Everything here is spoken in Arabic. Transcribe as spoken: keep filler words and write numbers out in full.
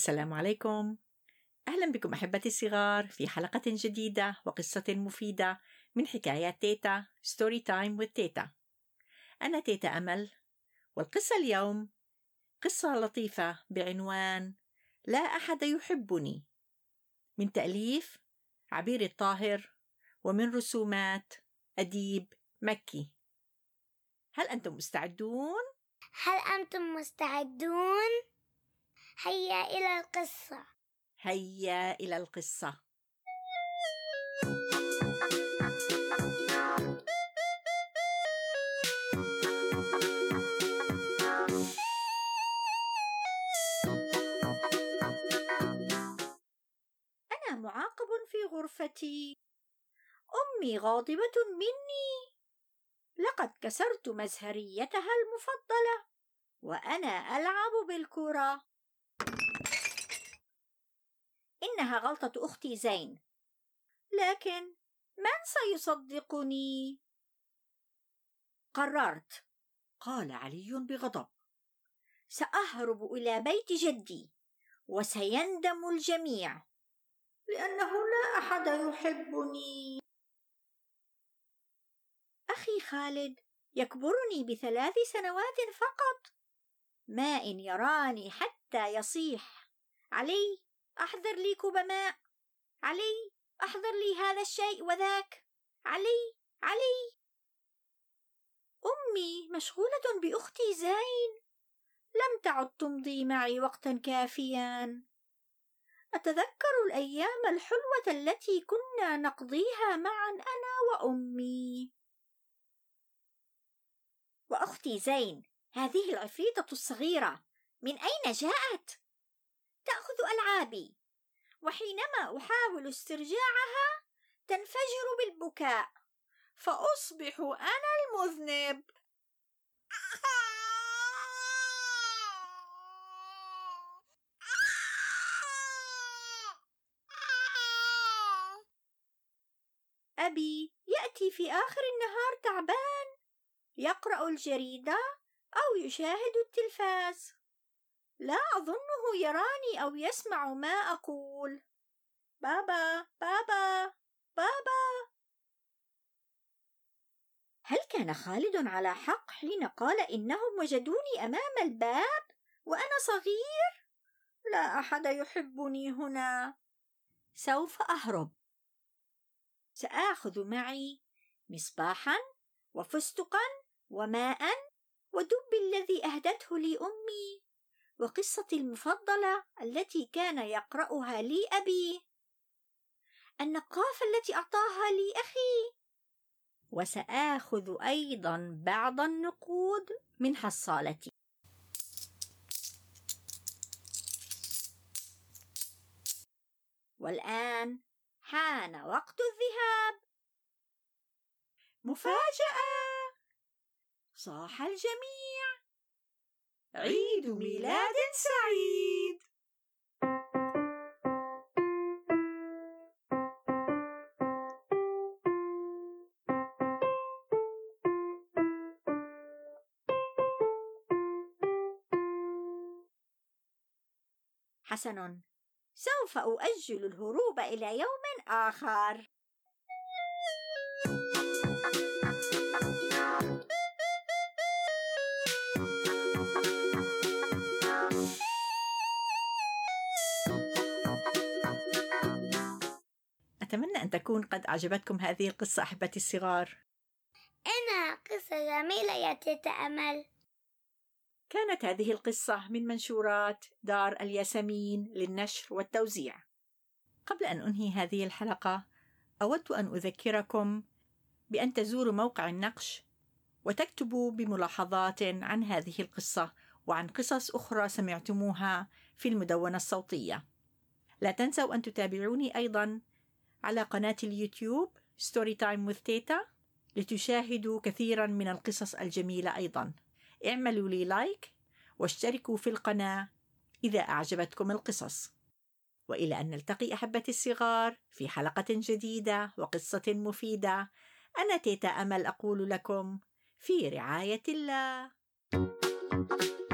السلام عليكم. أهلا بكم أحبتي الصغار في حلقة جديدة وقصة مفيدة من حكايات تيتا ستوري تايم with تيتا. أنا تيتا أمل، والقصة اليوم قصة لطيفة بعنوان لا أحد يحبني، من تأليف عبير الطاهر ومن رسومات أديب مكي. هل أنتم مستعدون؟ هل أنتم مستعدون؟ هيا إلى القصة. هيا إلى القصة. أنا معاقب في غرفتي. أمي غاضبة مني. لقد كسرت مزهريتها المفضلة وأنا ألعب بالكرة. إنها غلطة أختي زين، لكن من سيصدقني؟ قررت، قال علي بغضب، سأهرب إلى بيت جدي وسيندم الجميع لأنه لا أحد يحبني. أخي خالد يكبرني بثلاث سنوات فقط، ما إن يراني حتى يصيح علي أحضر لي كوب ماء، علي أحضر لي هذا الشيء وذاك، علي علي. أمي مشغولة بأختي زين، لم تعد تمضي معي وقتا كافيا. أتذكر الأيام الحلوة التي كنا نقضيها معا أنا وأمي. وأختي زين هذه العفريتة الصغيرة من أين جاءت؟ تأخذ ألعابي، وحينما أحاول استرجاعها تنفجر بالبكاء، فأصبح أنا المذنب. أبي يأتي في آخر النهار تعبان، يقرأ الجريدة أو يشاهد التلفاز، لا أظنه يراني أو يسمع ما أقول. بابا بابا بابا. هل كان خالد على حق حين قال إنهم وجدوني أمام الباب وأنا صغير؟ لا أحد يحبني هنا. سوف أهرب. سآخذ معي مصباحا وفستقا وماء ودب الذي أهدته لي أمي، وقصتي المفضلة التي كان يقرأها لي أبي، النقافة التي أعطاها لي أخي، وسآخذ أيضا بعض النقود من حصالتي. والآن حان وقت الذهاب. مفاجأة! صاح الجميع: عيد ميلاد سعيد! حسن، سوف أؤجل الهروب إلى يوم آخر. أتمنى أن تكون قد أعجبتكم هذه القصة أحبتي الصغار. إنها قصة جميلة يا تيتا أمل. كانت هذه القصة من منشورات دار الياسمين للنشر والتوزيع. قبل أن أنهي هذه الحلقة أود أن أذكركم بأن تزوروا موقع النقش وتكتبوا بملاحظات عن هذه القصة وعن قصص أخرى سمعتموها في المدونة الصوتية. لا تنسوا أن تتابعوني أيضا على قناة اليوتيوب ستوري تايم with تيتا لتشاهدوا كثيرا من القصص الجميلة أيضا. اعملوا لي لايك واشتركوا في القناة إذا أعجبتكم القصص. وإلى أن نلتقي أحبتي الصغار في حلقة جديدة وقصة مفيدة، أنا تيتا أمل أقول لكم في رعاية الله.